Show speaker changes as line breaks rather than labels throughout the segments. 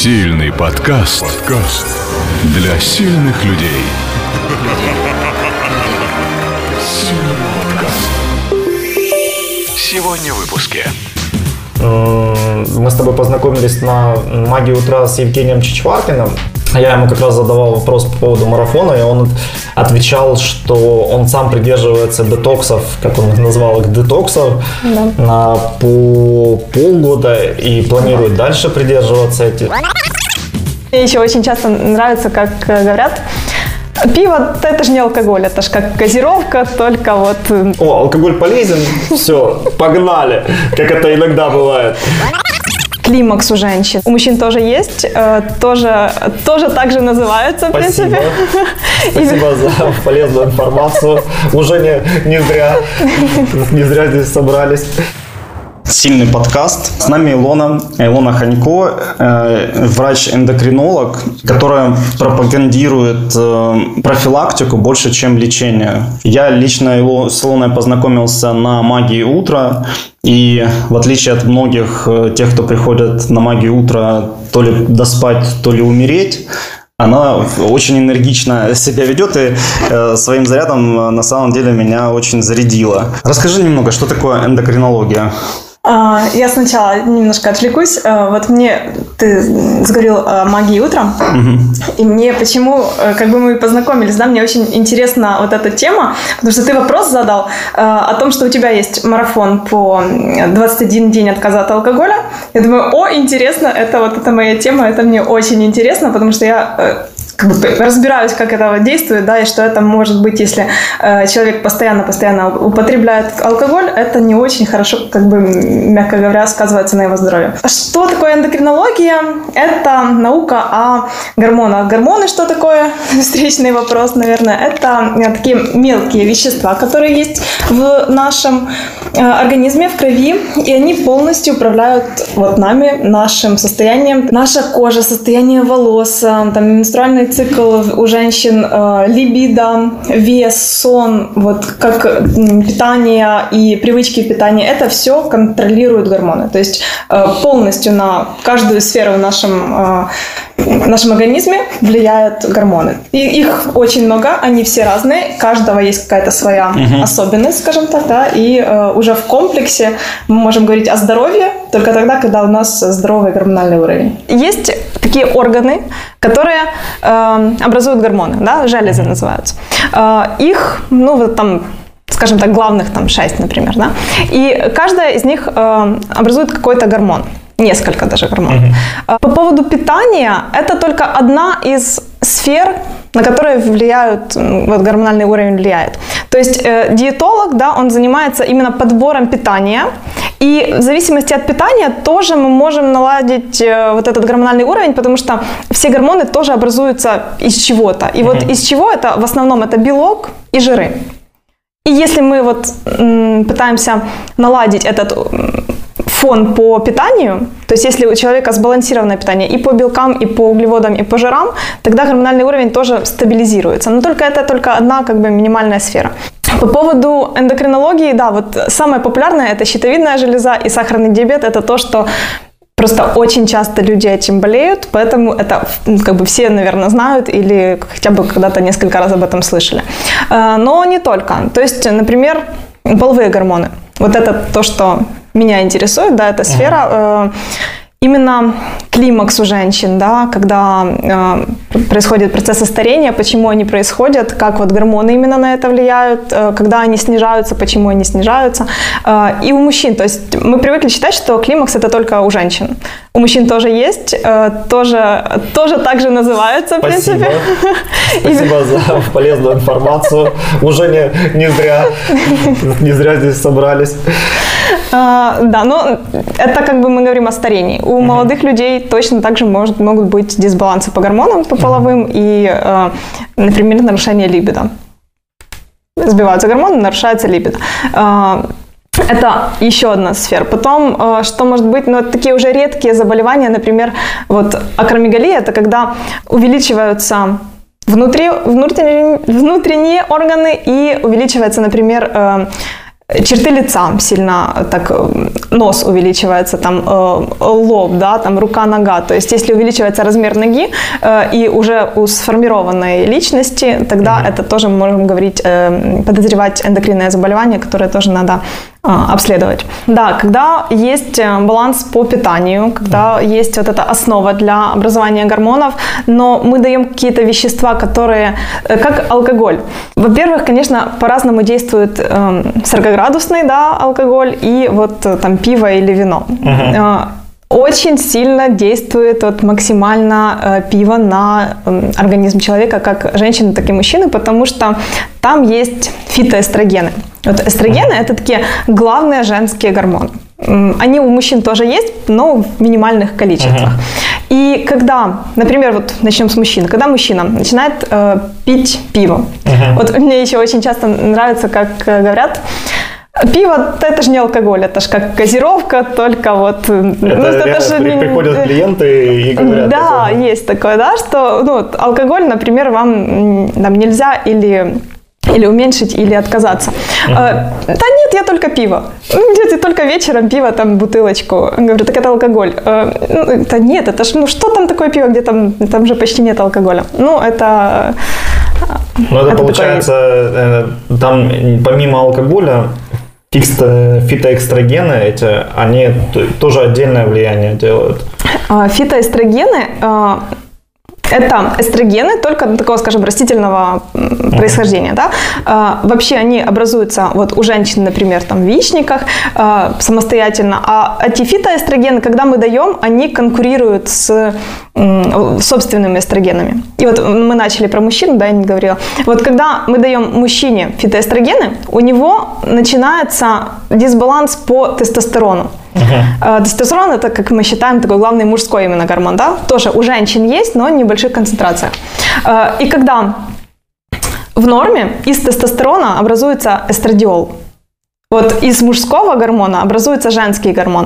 Сильный подкаст для сильных людей. Сегодня в выпуске.
Мы с тобой познакомились на «Магии утра» с Евгением Чичваркиным. Я ему как раз задавал вопрос по поводу марафона, и он отвечал, что он сам придерживается детоксов, как он их назвал, детоксов, по полгода и планирует дальше придерживаться этих.
Мне еще очень часто нравится, как говорят, пиво – это же не алкоголь, это же как газировка, только вот…
О, алкоголь полезен, все, погнали, как это иногда бывает.
Климакс у женщин. У мужчин тоже есть, тоже так же называется, в принципе.
Спасибо за полезную информацию. Уже не зря здесь собрались.
Сильный подкаст. С нами Илона Ханько, врач-эндокринолог, которая пропагандирует профилактику больше, чем лечение. Я лично с Илоной познакомился на «Магии утра», и в отличие от многих тех, кто приходит на «Магию утра» то ли доспать, то ли умереть, она очень энергично себя ведет и своим зарядом на самом деле меня очень зарядила. Расскажи немного, что такое эндокринология?
Я сначала немножко отвлекусь. Вот ты заговорил о «Магии утра», и мне почему, как бы мы познакомились, да, мне очень интересна вот эта тема, потому что ты вопрос задал о том, что у тебя есть марафон по 21 день отказа от алкоголя. Я думаю, интересно, это моя тема, это мне очень интересно, потому что я разбираюсь, как это действует, да, и что это может быть, если человек постоянно употребляет алкоголь, это не очень хорошо, мягко говоря, сказывается на его здоровье. Что такое эндокринология? Это наука о гормонах. Гормоны, что такое? Встречный вопрос, наверное. Это такие мелкие вещества, которые есть в нашем организме, в крови, и они полностью управляют нами, нашим состоянием. Наша кожа, состояние волос, менструальный цикл у женщин, либидо, вес, сон, как питание и привычки питания, это все контролируют гормоны. То есть полностью на каждую сферу в нашем организме влияют гормоны. И их очень много, они все разные, у каждого есть какая-то своя особенность, скажем так, да, и уже в комплексе мы можем говорить о здоровье только тогда, когда у нас здоровый гормональный уровень. Есть такие органы, которые образуют гормоны, да, железы называются. Их, скажем так, главных 6, например, да, и каждая из них образует какой-то гормон. Несколько даже гормонов. По поводу питания, это только одна из сфер, на которые гормональный уровень влияет. То есть диетолог, да, он занимается именно подбором питания, и в зависимости от питания тоже мы можем наладить этот гормональный уровень, потому что все гормоны тоже образуются из чего-то. И из чего это? В основном это белок и жиры. И если мы пытаемся наладить этот фон по питанию, то есть если у человека сбалансированное питание и по белкам, и по углеводам, и по жирам, тогда гормональный уровень тоже стабилизируется. Но это только одна минимальная сфера. По поводу эндокринологии, да, самое популярное – это щитовидная железа и сахарный диабет. Это то, что просто очень часто люди этим болеют, поэтому это все, наверное, знают или хотя бы когда-то несколько раз об этом слышали. Но не только. То есть, например, половые гормоны. Это то, что меня интересует, да, эта сфера. Именно климакс у женщин, да, когда происходит процесс старения, почему они происходят, как гормоны именно на это влияют, когда они снижаются, почему они снижаются. И у мужчин, то есть мы привыкли считать, что климакс это только у женщин. У мужчин тоже есть, тоже так же называется, в принципе.
Спасибо за полезную информацию. Уже не зря здесь собрались.
Да, но это мы говорим о старении. У молодых людей точно так же могут быть дисбалансы по гормонам, по половым и, например, нарушение либидо. Сбиваются гормоны, нарушается либидо. Это еще одна сфера. Потом, что может быть, такие уже редкие заболевания, например, акромегалия, это когда увеличиваются внутренние органы и увеличивается, например, черты лица сильно так, нос увеличивается, там лоб, да, там рука-нога. То есть если увеличивается размер ноги и уже у сформированной личности, тогда это тоже мы можем говорить, подозревать эндокринное заболевание, которое тоже надо обследовать. Да, когда есть баланс по питанию, когда есть вот эта основа для образования гормонов, но мы даем какие-то вещества, которые, как алкоголь. Во-первых, конечно, по-разному действует 40-градусный, да, алкоголь и вот там пиво или вино. Очень сильно действует вот максимально пиво на организм человека, как женщины, так и мужчины, потому что там есть фитоэстрогены. Вот эстрогены – это такие главные женские гормоны. Они у мужчин тоже есть, но в минимальных количествах. И когда, например, вот начнем с мужчин, когда мужчина начинает пить пиво, вот мне еще очень часто нравится, как говорят, пиво – это же не алкоголь, это же как газировка, только вот…
Это же приходят клиенты и говорят…
Да, есть такое, да, что алкоголь, например, вам там, нельзя или уменьшить, или отказаться. Да нет, я только пиво. Где-то только вечером пиво, там, бутылочку. Говорю, так это алкоголь. Да нет, это ж, что там такое пиво, где там же почти нет алкоголя. Это
получается, там помимо алкоголя, фитоэстрогены эти, они тоже отдельное влияние делают.
Фитоэстрогены это эстрогены только такого, скажем, растительного происхождения. Да? Вообще они образуются вот у женщин, например, там, в яичниках самостоятельно, а эти фитоэстрогены, когда мы даем, они конкурируют с собственными эстрогенами. И вот мы начали про мужчин, да, я не говорила. Вот когда мы даем мужчине фитоэстрогены, у него начинается дисбаланс по тестостерону. Тестостерон – это, как мы считаем, такой главный мужской именно гормон, да? Тоже у женщин есть, но в небольших концентрациях. И когда в норме из тестостерона образуется эстрадиол, вот из мужского гормона образуется женский гормон.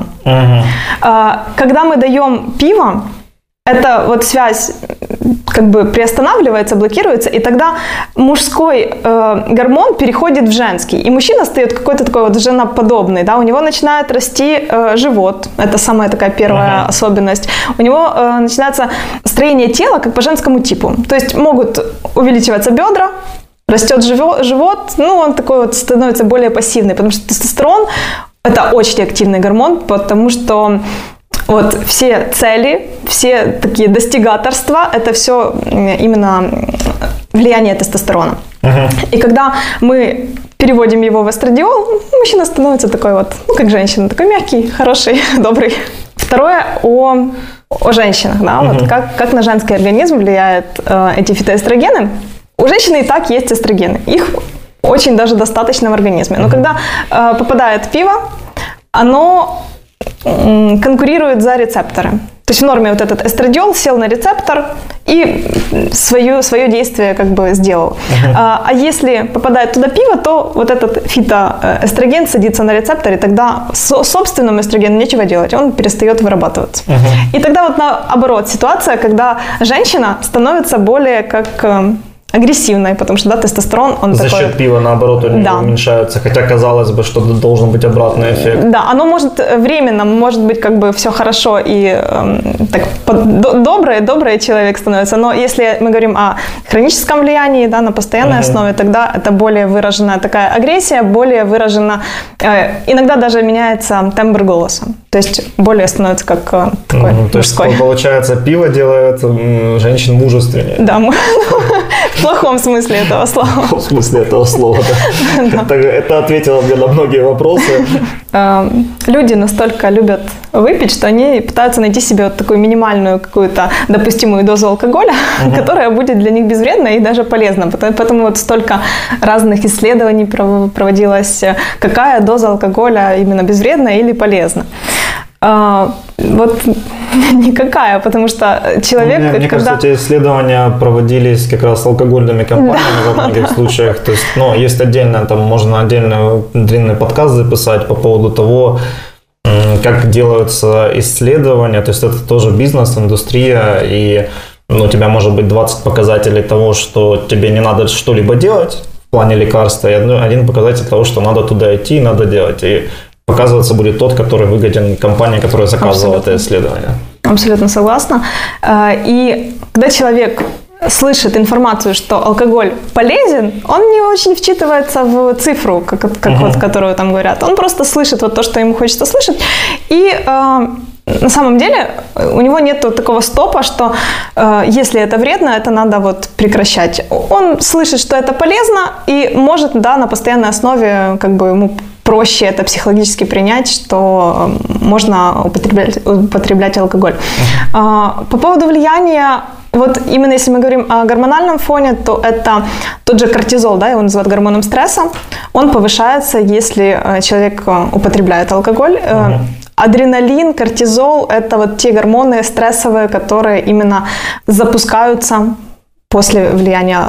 Когда мы даем пиво, эта вот связь как бы приостанавливается, блокируется, и тогда мужской гормон переходит в женский, и мужчина стает какой-то такой вот женоподобный, да, у него начинает расти живот, это самая такая первая особенность, у него начинается строение тела как по женскому типу, то есть могут увеличиваться бедра, растет живот, он такой вот становится более пассивный, потому что тестостерон – это очень активный гормон, потому что вот все цели, все такие достигаторства, это все именно влияние тестостерона. И когда мы переводим его в эстрадиол, мужчина становится такой вот, как женщина, такой мягкий, хороший, добрый. Второе о женщинах, да, вот как на женский организм влияют эти фитоэстрогены. У женщины и так есть эстрогены, их очень даже достаточно в организме. Но когда попадает пиво, оно конкурирует за рецепторы. То есть в норме вот этот эстрадиол сел на рецептор и свое действие как бы сделал. А если попадает туда пиво, то вот этот фитоэстроген садится на рецептор, и тогда с собственным эстрогеном нечего делать, он перестает вырабатываться. И тогда вот наоборот ситуация, когда женщина становится более как агрессивной, потому что, да, тестостерон, он
за
такой…
счет пива, наоборот, у него уменьшается, хотя казалось бы, что должен быть обратный эффект.
Да, оно может временно, может быть, как бы все хорошо и так, добрый человек становится, но если мы говорим о хроническом влиянии, да, на постоянной основе, тогда это более выраженная такая агрессия, более выражена, иногда даже меняется тембр голоса, то есть более становится как такой мужской.
То есть, получается, пиво делает женщин мужественнее.
Да, в плохом смысле этого слова.
В плохом смысле этого слова, да. Это ответило мне на многие вопросы.
Люди настолько любят выпить, что они пытаются найти себе вот такую минимальную какую-то допустимую дозу алкоголя, которая будет для них безвредна и даже полезна. Поэтому вот столько разных исследований проводилось, какая доза алкоголя именно безвредна или полезна. Вот никакая, потому что человек…
Мне кажется, эти исследования проводились как раз с алкогольными компаниями во многих случаях. То есть, есть отдельно, там можно отдельно длинный подкаст записать по поводу того, как делаются исследования. То есть это тоже бизнес, индустрия, и у тебя может быть 20 показателей того, что тебе не надо что-либо делать в плане лекарства, и один показатель того, что надо туда идти, надо делать. И показываться будет тот, который выгоден компании, которая заказывала это исследование.
Абсолютно согласна. И когда человек слышит информацию, что алкоголь полезен, он не очень вчитывается в цифру, как вот, которую там говорят. Он просто слышит вот то, что ему хочется слышать. И на самом деле у него нет такого стопа, что если это вредно, это надо вот прекращать. Он слышит, что это полезно, и может, да, на постоянной основе как бы ему проще это психологически принять, что можно употреблять алкоголь. По поводу влияния, вот именно если мы говорим о гормональном фоне, то это тот же кортизол, да, его называют гормоном стресса. Он повышается, если человек употребляет алкоголь. Адреналин, кортизол – это вот те гормоны стрессовые, которые именно запускаются после влияния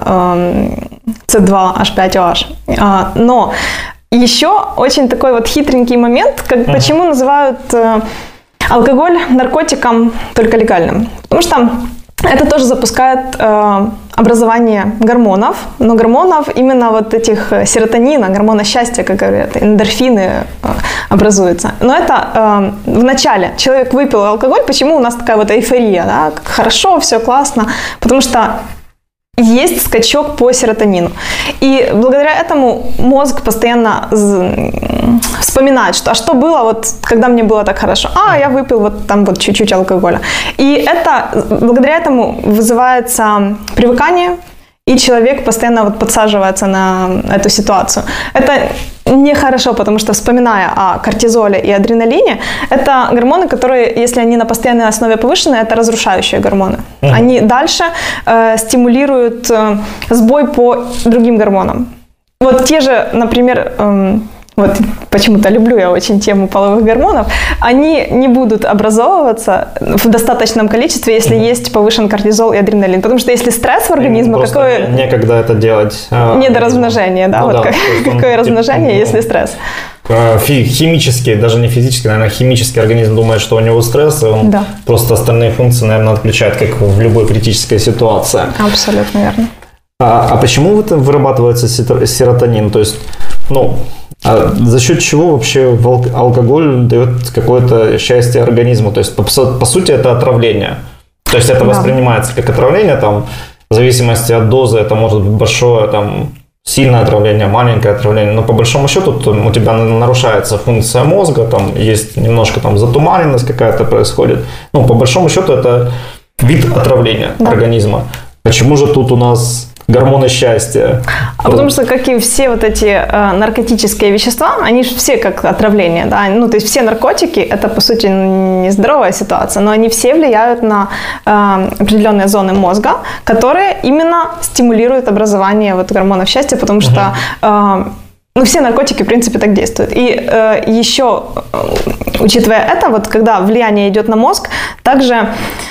C2H5OH. Но еще очень такой вот хитренький момент, почему называют алкоголь наркотиком только легальным. Потому что это тоже запускает образование гормонов, но гормонов именно вот этих серотонина, гормона счастья, как говорят, эндорфины образуются. Но это в начале. Человек выпил алкоголь, почему у нас такая вот эйфория, да? Хорошо, все классно, потому что есть скачок по серотонину. И благодаря этому мозг постоянно вспоминает, что, а что было, вот, когда мне было так хорошо? Я выпил вот там вот чуть-чуть алкоголя. И благодаря этому вызывается привыкание, и человек постоянно вот подсаживается на эту ситуацию. Это нехорошо, потому что, вспоминая о кортизоле и адреналине, это гормоны, которые, если они на постоянной основе повышены, это разрушающие гормоны. Они дальше стимулируют сбой по другим гормонам. Вот те же, например, вот почему-то люблю я очень тему половых гормонов, они не будут образовываться в достаточном количестве, если есть повышен кортизол и адреналин. Потому что если стресс в организме, какое...
Некогда это делать.
Не до размножения, да? Вот какое размножение, если стресс?
Химически, даже не физически, наверное, химический организм думает, что у него стресс, и он просто остальные функции, наверное, отключает, как в любой критической ситуации.
Абсолютно верно.
А почему вырабатывается серотонин? То есть, за счет чего вообще алкоголь дает какое-то счастье организму? То есть, по сути, это отравление. То есть, это воспринимается как отравление, там, в зависимости от дозы, это может быть большое, там, сильное отравление, маленькое отравление. Но по большому счету у тебя нарушается функция мозга, там есть немножко там затуманенность какая-то происходит. По большому счету это вид отравления организма. Почему же тут у нас гормоны счастья?
Потому что, как и все вот эти наркотические вещества, они же все как отравление, да, то есть все наркотики, это, по сути, нездоровая ситуация, но они все влияют на определенные зоны мозга, которые именно стимулируют образование вот гормонов счастья, потому что все наркотики, в принципе, так действуют. И еще, учитывая это, вот когда влияние идет на мозг, также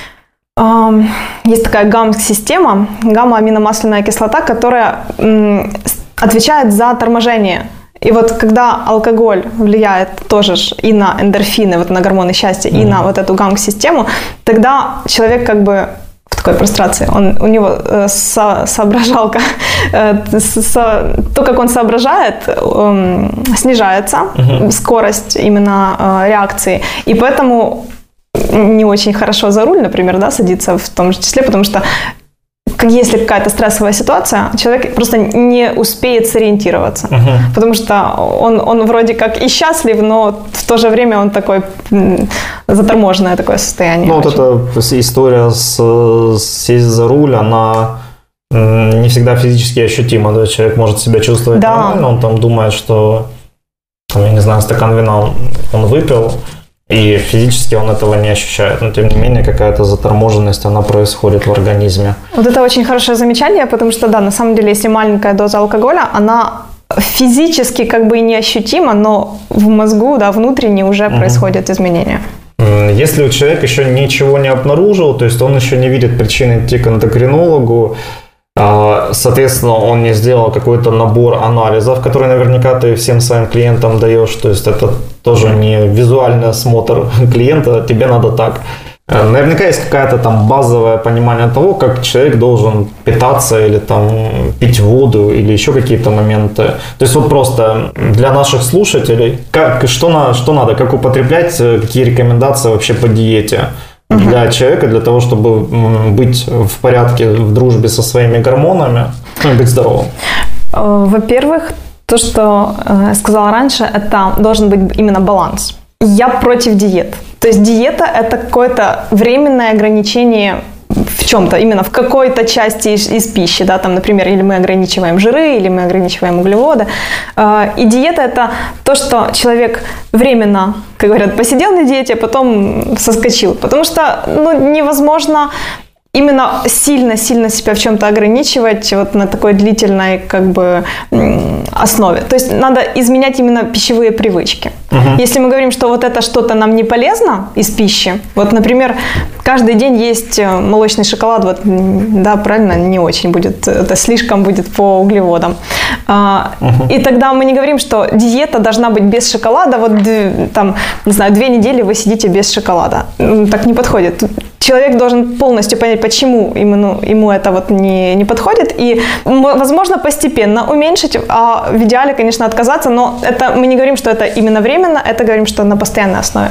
есть такая гамма-система, гамма-аминомасляная кислота, которая отвечает за торможение. И вот когда алкоголь влияет тоже и на эндорфины, вот на гормоны счастья, и на вот эту гамма-систему, тогда человек как бы в такой прострации, у него соображалка, то, как он соображает, снижается, скорость именно реакции. И поэтому не очень хорошо за руль, например, да, садиться в том же числе, потому что если какая-то стрессовая ситуация, человек просто не успеет сориентироваться, потому что он вроде как и счастлив, но в то же время он такой заторможенное такое состояние.
Вот эта история сесть за руль, она не всегда физически ощутима, да? Человек может себя чувствовать нормально, он там думает, что, я не знаю, стакан вина он выпил, и физически он этого не ощущает. Но, тем не менее, какая-то заторможенность, она происходит в организме.
Вот это очень хорошее замечание, потому что, да, на самом деле, если маленькая доза алкоголя, она физически как бы и неощутима, но в мозгу, да, внутренне уже происходят изменения.
Если человек еще ничего не обнаружил, то есть он еще не видит причины идти к эндокринологу, соответственно, он не сделал какой-то набор анализов, который наверняка ты всем своим клиентам даешь, то есть это тоже не визуальный осмотр клиента, тебе надо так. Наверняка есть какое-то там базовое понимание того, как человек должен питаться или там пить воду или еще какие-то моменты. То есть вот просто для наших слушателей, что надо, как употреблять, какие рекомендации вообще по диете для человека, для того, чтобы быть в порядке, в дружбе со своими гормонами, ну и быть здоровым?
Во-первых, то, что я сказала раньше, это должен быть именно баланс. Я против диет. То есть диета – это какое-то временное ограничение в чем-то, именно в какой-то части из пищи, да, там, например, или мы ограничиваем жиры, или мы ограничиваем углеводы. И диета – это то, что человек временно, как говорят, посидел на диете, а потом соскочил. Потому что невозможно именно сильно себя в чем-то ограничивать вот на такой длительной как бы основе. То есть надо изменять именно пищевые привычки. Если мы говорим, что вот это что-то нам не полезно из пищи, вот, например, каждый день есть молочный шоколад, вот, да, правильно, не очень будет, это слишком будет по углеводам. И тогда мы не говорим, что диета должна быть без шоколада, вот там, не знаю, 2 недели вы сидите без шоколада. Так не подходит. Человек должен полностью понять, почему ему это вот не подходит, и, возможно, постепенно уменьшить, а в идеале, конечно, отказаться, но это мы не говорим, что это именно временно, это говорим, что на постоянной основе.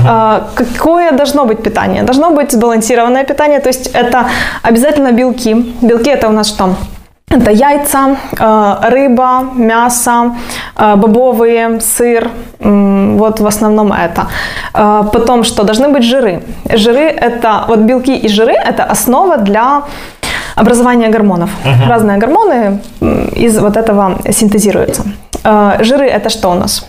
Какое должно быть питание? Должно быть сбалансированное питание, то есть это обязательно белки. Белки – это у нас что? Это яйца, рыба, мясо, бобовые, сыр, вот в основном это. Потом что? Должны быть жиры. Жиры – это, вот белки и жиры – это основа для образования гормонов. Разные гормоны из вот этого синтезируются. Жиры – это что у нас?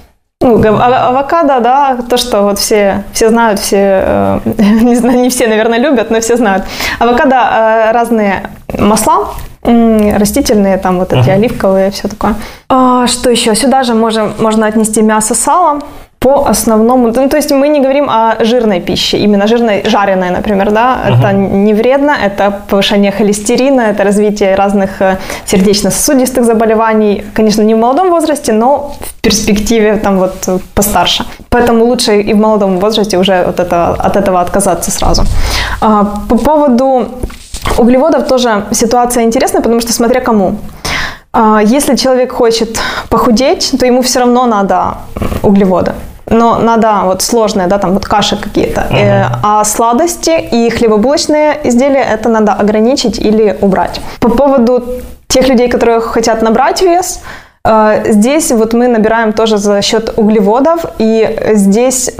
Авокадо, да, то, что вот все знают, все, не знаю, не все, наверное, любят, но все знают. Авокадо – разные масла, растительные, там вот эти оливковые, все такое. Что еще? Сюда же можно отнести мясо, сало по основному. Ну, то есть мы не говорим о жирной пище, именно жирной, жареной, например, да, это не вредно, это повышение холестерина, это развитие разных сердечно-сосудистых заболеваний, конечно, не в молодом возрасте, но в перспективе там вот постарше. Поэтому лучше и в молодом возрасте уже от этого отказаться сразу. По поводу углеводов тоже ситуация интересная, потому что смотря кому. Если человек хочет похудеть, то ему все равно надо углеводы. Но надо вот сложные, да, там вот каши какие-то. А сладости и хлебобулочные изделия это надо ограничить или убрать. По поводу тех людей, которые хотят набрать вес, здесь вот мы набираем тоже за счет углеводов. И здесь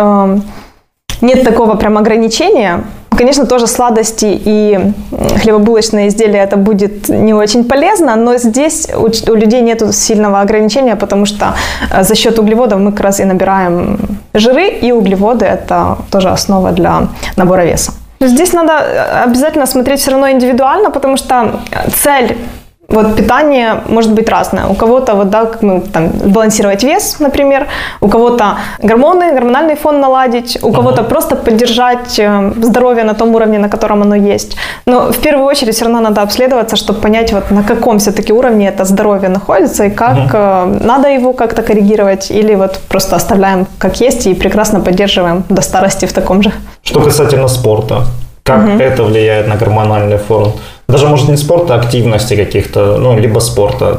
нет такого прям ограничения. Конечно, тоже сладости и хлебобулочные изделия это будет не очень полезно, но здесь у людей нет сильного ограничения, потому что за счет углеводов мы как раз и набираем жиры, и углеводы это тоже основа для набора веса. Здесь надо обязательно смотреть все равно индивидуально, потому что цель вот питание может быть разное. У кого-то вот, да, там, балансировать вес, например, у кого-то гормональный фон наладить, у кого-то просто поддержать здоровье на том уровне, на котором оно есть. Но в первую очередь все равно надо обследоваться, чтобы понять, вот, на каком все-таки уровне это здоровье находится и как надо его как-то коррегировать или вот просто оставляем как есть и прекрасно поддерживаем до старости в таком же.
Что касательно спорта, как это влияет на гормональный фон? Даже, может, не спорта, а активности каких-то, ну, либо спорта.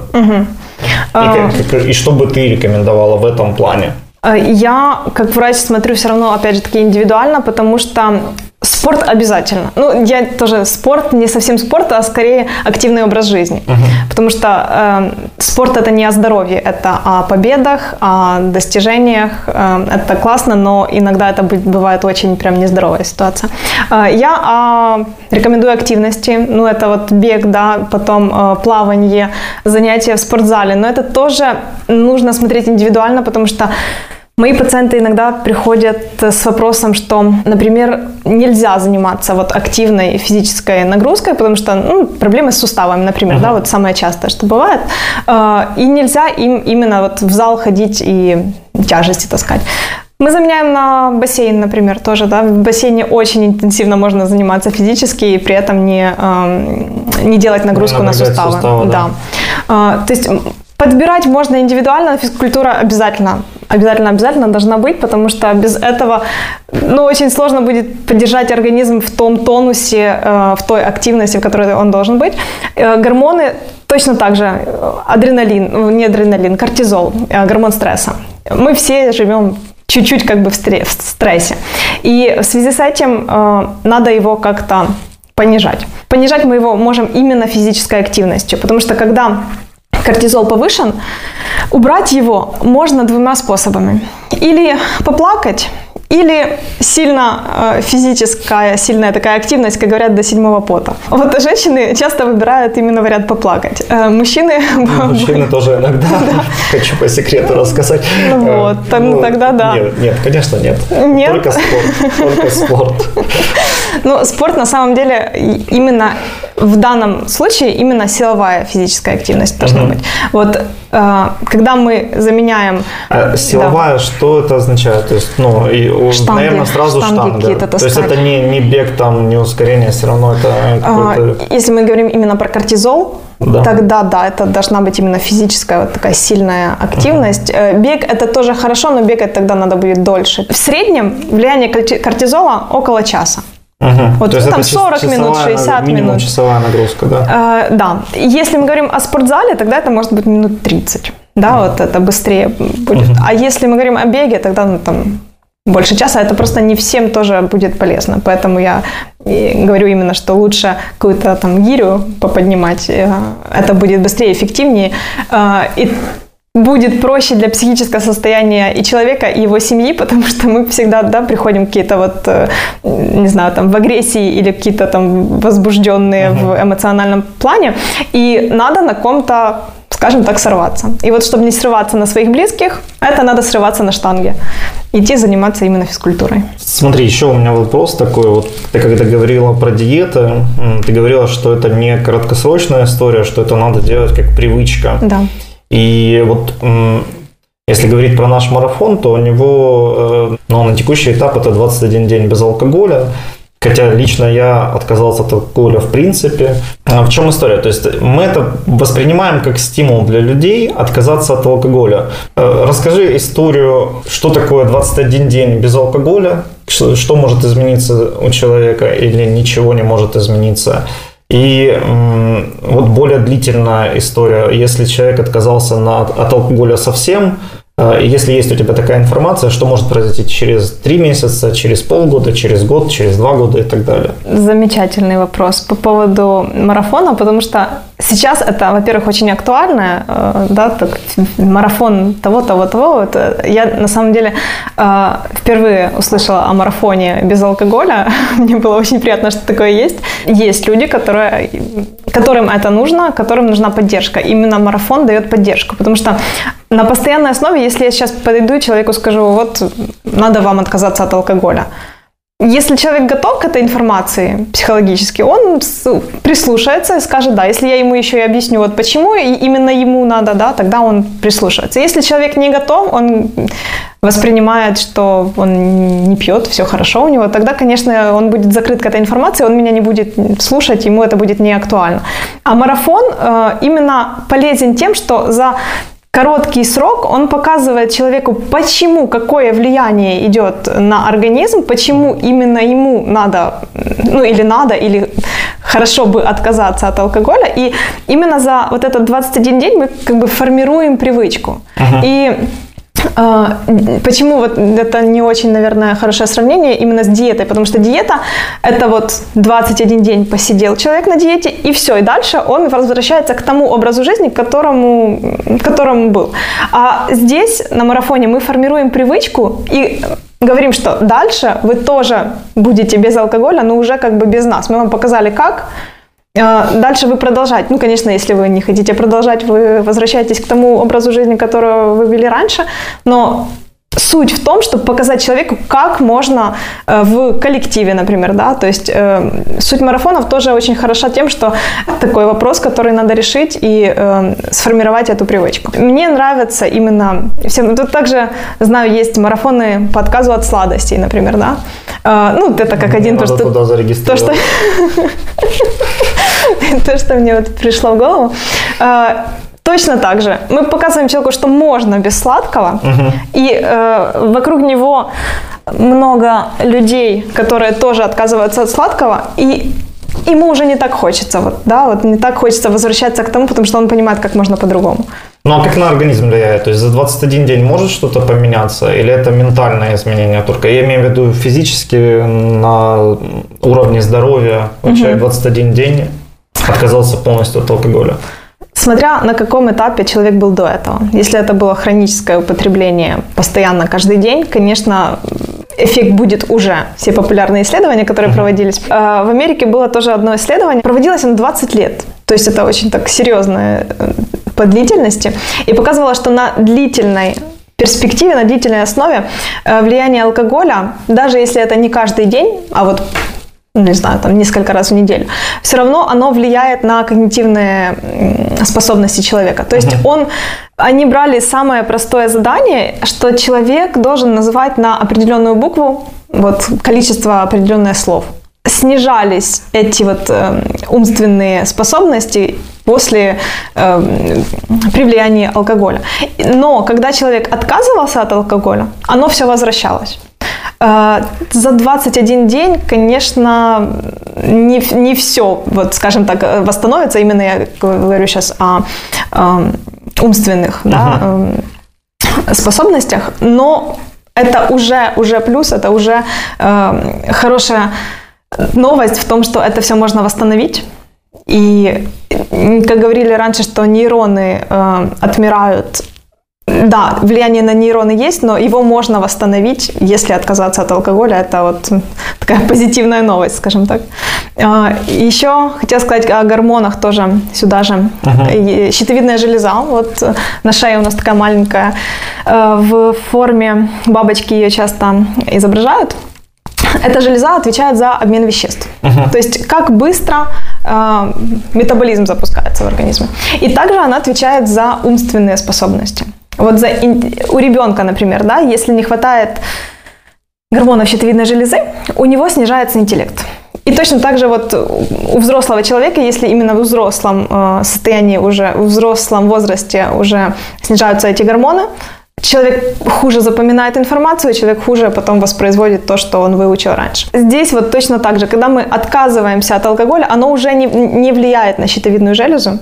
И что бы ты рекомендовала в этом плане?
Я, как врач, смотрю все равно, опять же таки, индивидуально, потому что спорт обязательно. Ну, я тоже спорт, не совсем спорт, а скорее активный образ жизни. Потому что спорт это не о здоровье, это о победах, о достижениях. Это классно, но иногда это бывает очень прям нездоровая ситуация. Я рекомендую активности. Ну, это вот бег, да, потом плавание, занятия в спортзале. Но это тоже нужно смотреть индивидуально, потому что мои пациенты иногда приходят с вопросом, что, например, нельзя заниматься вот активной физической нагрузкой, потому что проблемы с суставами, например, да, вот самое частое, что бывает. И нельзя им именно вот в зал ходить и тяжести таскать. Мы заменяем на бассейн, например, тоже, да, в бассейне очень интенсивно можно заниматься физически и при этом не делать нагрузку на суставы. Да. То есть подбирать можно индивидуально, физкультура обязательно обязательно должна быть, потому что без этого, очень сложно будет поддержать организм в том тонусе, в той активности, в которой он должен быть. Гормоны точно так же, кортизол, гормон стресса. Мы все живем чуть-чуть как бы в стрессе. И в связи с этим надо его как-то понижать. Понижать мы его можем именно физической активностью, потому что когда кортизол повышен, убрать его можно двумя способами. Или поплакать, или сильная такая активность, как говорят, до 7-го пота. Вот женщины часто выбирают именно вариант поплакать.
Мужчины тоже иногда, хочу по секрету рассказать.
Тогда да.
Нет, конечно нет.
Нет?
Только спорт.
Спорт на самом деле именно в данном случае именно силовая физическая активность должна быть. Вот когда мы заменяем...
Силовая, что это означает? То есть,
штанги,
наверное, сразу штанга. То есть это не бег, не ускорение, все равно это какой-то...
Если мы говорим именно про кортизол, тогда да, это должна быть именно физическая вот такая сильная активность. Бег это тоже хорошо, но бегать тогда надо будет дольше. В среднем влияние кортизола около часа. Вот там 40 минут, 60
минимум
минут.
Часовая нагрузка, да?
Да. Если мы говорим о спортзале, тогда это может быть минут 30. Да, вот это быстрее будет. А если мы говорим о беге, тогда больше часа. Это просто не всем тоже будет полезно. Поэтому я говорю именно, что лучше какую-то гирю поподнимать. Это будет быстрее, эффективнее. И будет проще для психического состояния и человека, и его семьи, потому что мы всегда, приходим какие-то в агрессии или какие-то возбужденные в эмоциональном плане, и надо на ком-то, скажем так, сорваться. И вот чтобы не срываться на своих близких, это надо срываться на штанге. Идти заниматься именно физкультурой.
Смотри, еще у меня вопрос такой. Вот ты когда говорила про диеты, ты говорила, что это не краткосрочная история, что это надо делать как привычка.
Да.
И вот если говорить про наш марафон, то у него на текущий этап это 21 день без алкоголя. Хотя лично я отказался от алкоголя в принципе. В чем история? То есть мы это воспринимаем как стимул для людей отказаться от алкоголя. Расскажи историю, что такое 21 день без алкоголя, что может измениться у человека или ничего не может измениться. И вот более длительная история, если человек отказался от алкоголя совсем, если есть у тебя такая информация, что может произойти через 3 месяца, через полгода, через год, через 2 года и так далее?
Замечательный вопрос по поводу марафона, потому что сейчас это, во-первых, очень актуально, марафон того. Я на самом деле впервые услышала о марафоне без алкоголя. Мне было очень приятно, что такое есть. Есть люди, которым это нужно, которым нужна поддержка. Именно марафон дает поддержку, потому что на постоянной основе, если я сейчас подойду и человеку скажу, вот, надо вам отказаться от алкоголя. Если человек готов к этой информации психологически, он прислушается и скажет «да». Если я ему еще и объясню, вот почему именно ему надо, тогда он прислушается. Если человек не готов, он воспринимает, что он не пьет, все хорошо у него, тогда, конечно, он будет закрыт к этой информации, он меня не будет слушать, ему это будет не актуально. А марафон именно полезен тем, что за короткий срок он показывает человеку, какое влияние идет на организм, почему именно ему надо, или хорошо бы отказаться от алкоголя. И именно за вот этот 21 день мы формируем привычку. И почему вот это не очень, наверное, хорошее сравнение именно с диетой, потому что диета это 21 день посидел человек на диете и все, и дальше он возвращается к тому образу жизни, к которому был. А здесь на марафоне мы формируем привычку и говорим, что дальше вы тоже будете без алкоголя, но уже без нас. Мы вам показали как. Дальше вы продолжаете. Конечно, если вы не хотите продолжать, вы возвращаетесь к тому образу жизни, которого вы вели раньше. Но суть в том, чтобы показать человеку, как можно в коллективе, например, то есть суть марафонов тоже очень хороша тем, что такой вопрос, который надо решить и сформировать эту привычку. Мне нравится именно всем. Тут также, знаю, есть марафоны по отказу от сладостей, например, это как один...
Туда зарегистрировать.
То, что мне пришло в голову. точно так же. Мы показываем человеку, что можно без сладкого, и вокруг него много людей, которые тоже отказываются от сладкого, и ему уже не так хочется, не так хочется возвращаться к тому, потому что он понимает, как можно по-другому.
Ну а как на организм влияет? То есть за 21 день может что-то поменяться? Или это ментальное изменение только? Я имею в виду физически, на уровне здоровья. Человек 21 день отказался полностью от алкоголя.
Смотря на каком этапе человек был до этого. Если это было хроническое употребление постоянно каждый день, конечно, эффект будет уже. Все популярные исследования, которые проводились. В Америке было тоже одно исследование. Проводилось оно 20 лет. То есть это очень так серьезное по длительности. И показывало, что на длительной перспективе, на длительной основе влияние алкоголя, даже если это не каждый день, а вот не знаю, там несколько раз в неделю, все равно оно влияет на когнитивные способности человека. То есть они брали самое простое задание, что человек должен называть на определенную букву количество определенных слов. Снижались эти умственные способности после при влиянии алкоголя. Но когда человек отказывался от алкоголя, оно все возвращалось. За 21 день, конечно, не все, скажем так, восстановится. Именно я говорю сейчас о умственных способностях, но это уже плюс, это уже хорошая новость в том, что это все можно восстановить. И, как говорили раньше, что нейроны отмирают. Да, влияние на нейроны есть, но его можно восстановить, если отказаться от алкоголя. Это такая позитивная новость, скажем так. Еще хотела сказать о гормонах тоже сюда же. Щитовидная железа, на шее у нас такая маленькая, в форме бабочки ее часто изображают. Эта железа отвечает за обмен веществ. То есть как быстро метаболизм запускается в организме. И также она отвечает за умственные способности. У ребенка, например, если не хватает гормонов щитовидной железы, у него снижается интеллект. И точно так же у взрослого человека, если именно в взрослом состоянии, уже в взрослом возрасте уже снижаются эти гормоны, человек хуже запоминает информацию, человек хуже потом воспроизводит то, что он выучил раньше. Здесь точно так же, когда мы отказываемся от алкоголя, оно уже не влияет на щитовидную железу,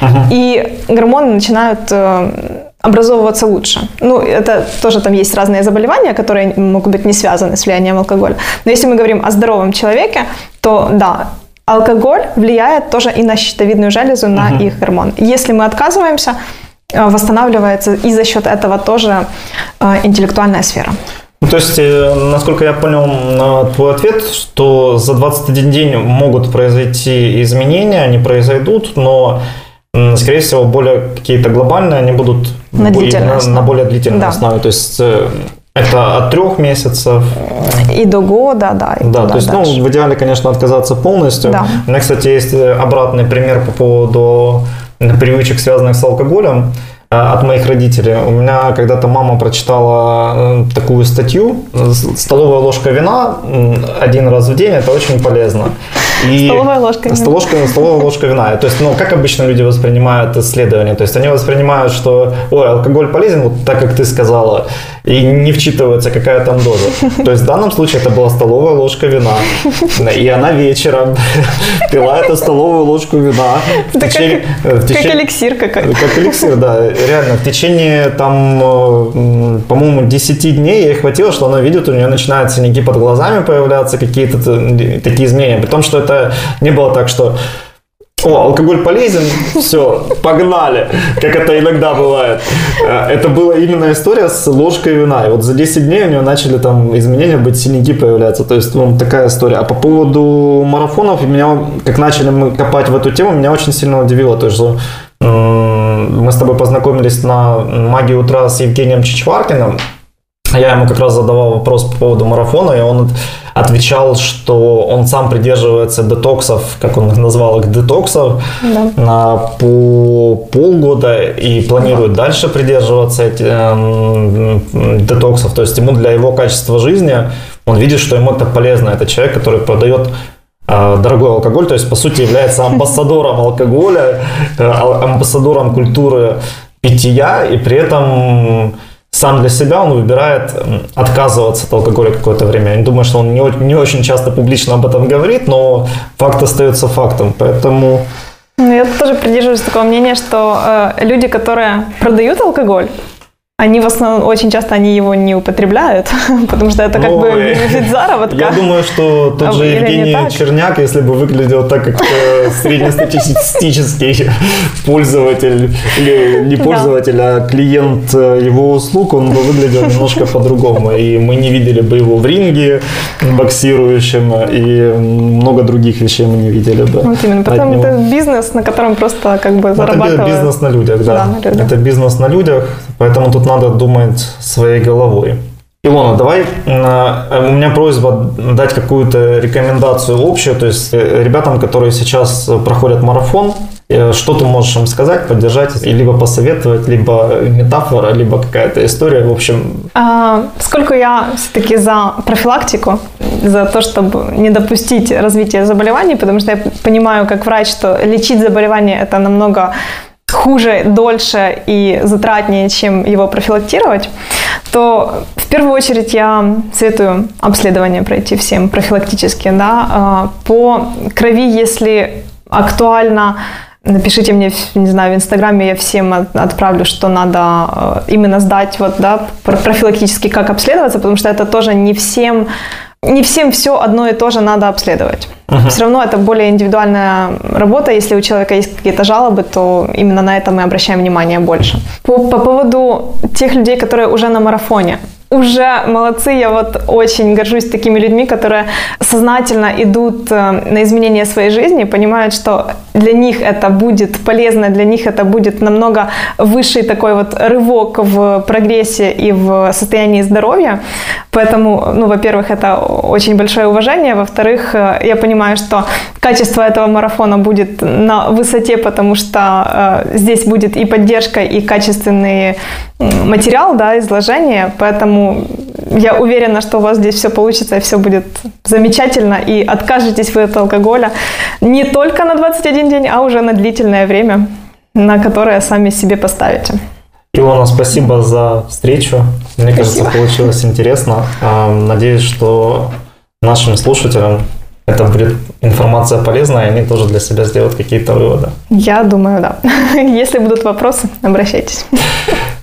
и гормоны начинают образовываться лучше. Это тоже там есть разные заболевания, которые могут быть не связаны с влиянием алкоголя. Но если мы говорим о здоровом человеке, то да, алкоголь влияет тоже и на щитовидную железу, на их гормоны. Если мы отказываемся, восстанавливается и за счет этого тоже интеллектуальная сфера.
То есть, насколько я понял твой ответ, что за 21 день могут произойти изменения, они произойдут, но, скорее всего, более какие-то глобальные, они будут на более длительной основе. То есть, это от 3 месяцев.
И до года, да.
То есть, в идеале, конечно, отказаться полностью. Да. У меня, кстати, есть обратный пример по поводу привычек, связанных с алкоголем, от моих родителей. У меня когда-то мама прочитала такую статью: столовая ложка вина 1 раз в день – это очень полезно.
Столовая ложка вина.
Столовая ложка вина. То есть, как обычно люди воспринимают исследования? То есть, они воспринимают, что алкоголь полезен, так как ты сказала, и не вчитывается, какая там доза. То есть, в данном случае это была столовая ложка вина. И она вечером пила эту столовую ложку вина.
Как эликсир какой-то.
Как эликсир, да. Реально, в течение, по-моему, 10 дней ей хватило, что она видит, у нее начинают синяки под глазами появляться, какие-то такие изменения. При том, что это не было так, что алкоголь полезен, все, погнали, как это иногда бывает. Это была именно история с ложкой вина. И за 10 дней у нее начали изменения быть, синяки появляться. То есть, такая история. А по поводу марафонов, как начали мы копать в эту тему, меня очень сильно удивило. То есть, мы с тобой познакомились на «Магии утра» с Евгением Чичваркиным. Я ему как раз задавал вопрос по поводу марафона, и он отвечал, что он сам придерживается детоксов, как он назвал их, детоксов, по полгода и планирует дальше придерживаться детоксов. То есть ему для его качества жизни, он видит, что ему это полезно. Это человек, который продает дорогой алкоголь, то есть, по сути, является амбассадором алкоголя, амбассадором культуры питья, и при этом сам для себя он выбирает отказываться от алкоголя какое-то время. Я не думаю, что он не очень часто публично об этом говорит, но факт остается фактом, поэтому...
Я тоже придерживаюсь такого мнения, что люди, которые продают алкоголь, они в основном, очень часто они его не употребляют, потому что это как бы вид заработка.
Я думаю, что тот же Евгений Черняк, если бы выглядел так, как среднестатистический пользователь, или не пользователь, а клиент его услуг, он бы выглядел немножко по-другому. И мы не видели бы его в ринге боксирующим, и много других вещей мы не видели бы.
Вот именно, потому это бизнес, на котором просто как бы зарабатывают.
Это бизнес на людях, да. Это бизнес на людях, поэтому тут надо думать своей головой. Илона, давай, у меня просьба дать какую-то рекомендацию общую, то есть ребятам, которые сейчас проходят марафон, что ты можешь им сказать, поддержать, и либо посоветовать, либо метафора, либо какая-то история, в общем.
Поскольку я все-таки за профилактику, за то, чтобы не допустить развития заболеваний, потому что я понимаю как врач, что лечить заболевание это намного хуже, дольше и затратнее, чем его профилактировать, то в первую очередь я советую обследование пройти всем профилактически. Да? По крови, если актуально, напишите мне, не знаю, в Инстаграме, я всем отправлю, что надо именно сдать вот, да, профилактически, как обследоваться, потому что это тоже не всем все одно и то же надо обследовать. Все равно это более индивидуальная работа. Если у человека есть какие-то жалобы, то именно на это мы обращаем внимание больше. По поводу тех людей, которые уже на марафоне. Уже молодцы, я вот очень горжусь такими людьми, которые сознательно идут на изменение своей жизни, понимают, что для них это будет полезно, для них это будет намного высший такой вот рывок в прогрессе и в состоянии здоровья. Поэтому, ну, во-первых, это очень большое уважение, во-вторых, я понимаю, что качество этого марафона будет на высоте, потому что здесь будет и поддержка, и качественный материал, да, изложение, поэтому я уверена, что у вас здесь все получится и все будет замечательно, и откажетесь вы от алкоголя не только на 21 день, а уже на длительное время, на которое сами себе поставите.
Илона, спасибо за встречу. Мне кажется, получилось интересно. Надеюсь, что нашим слушателям это будет информация полезная, и они тоже для себя сделают какие-то выводы.
Я думаю, да. Если будут вопросы, обращайтесь.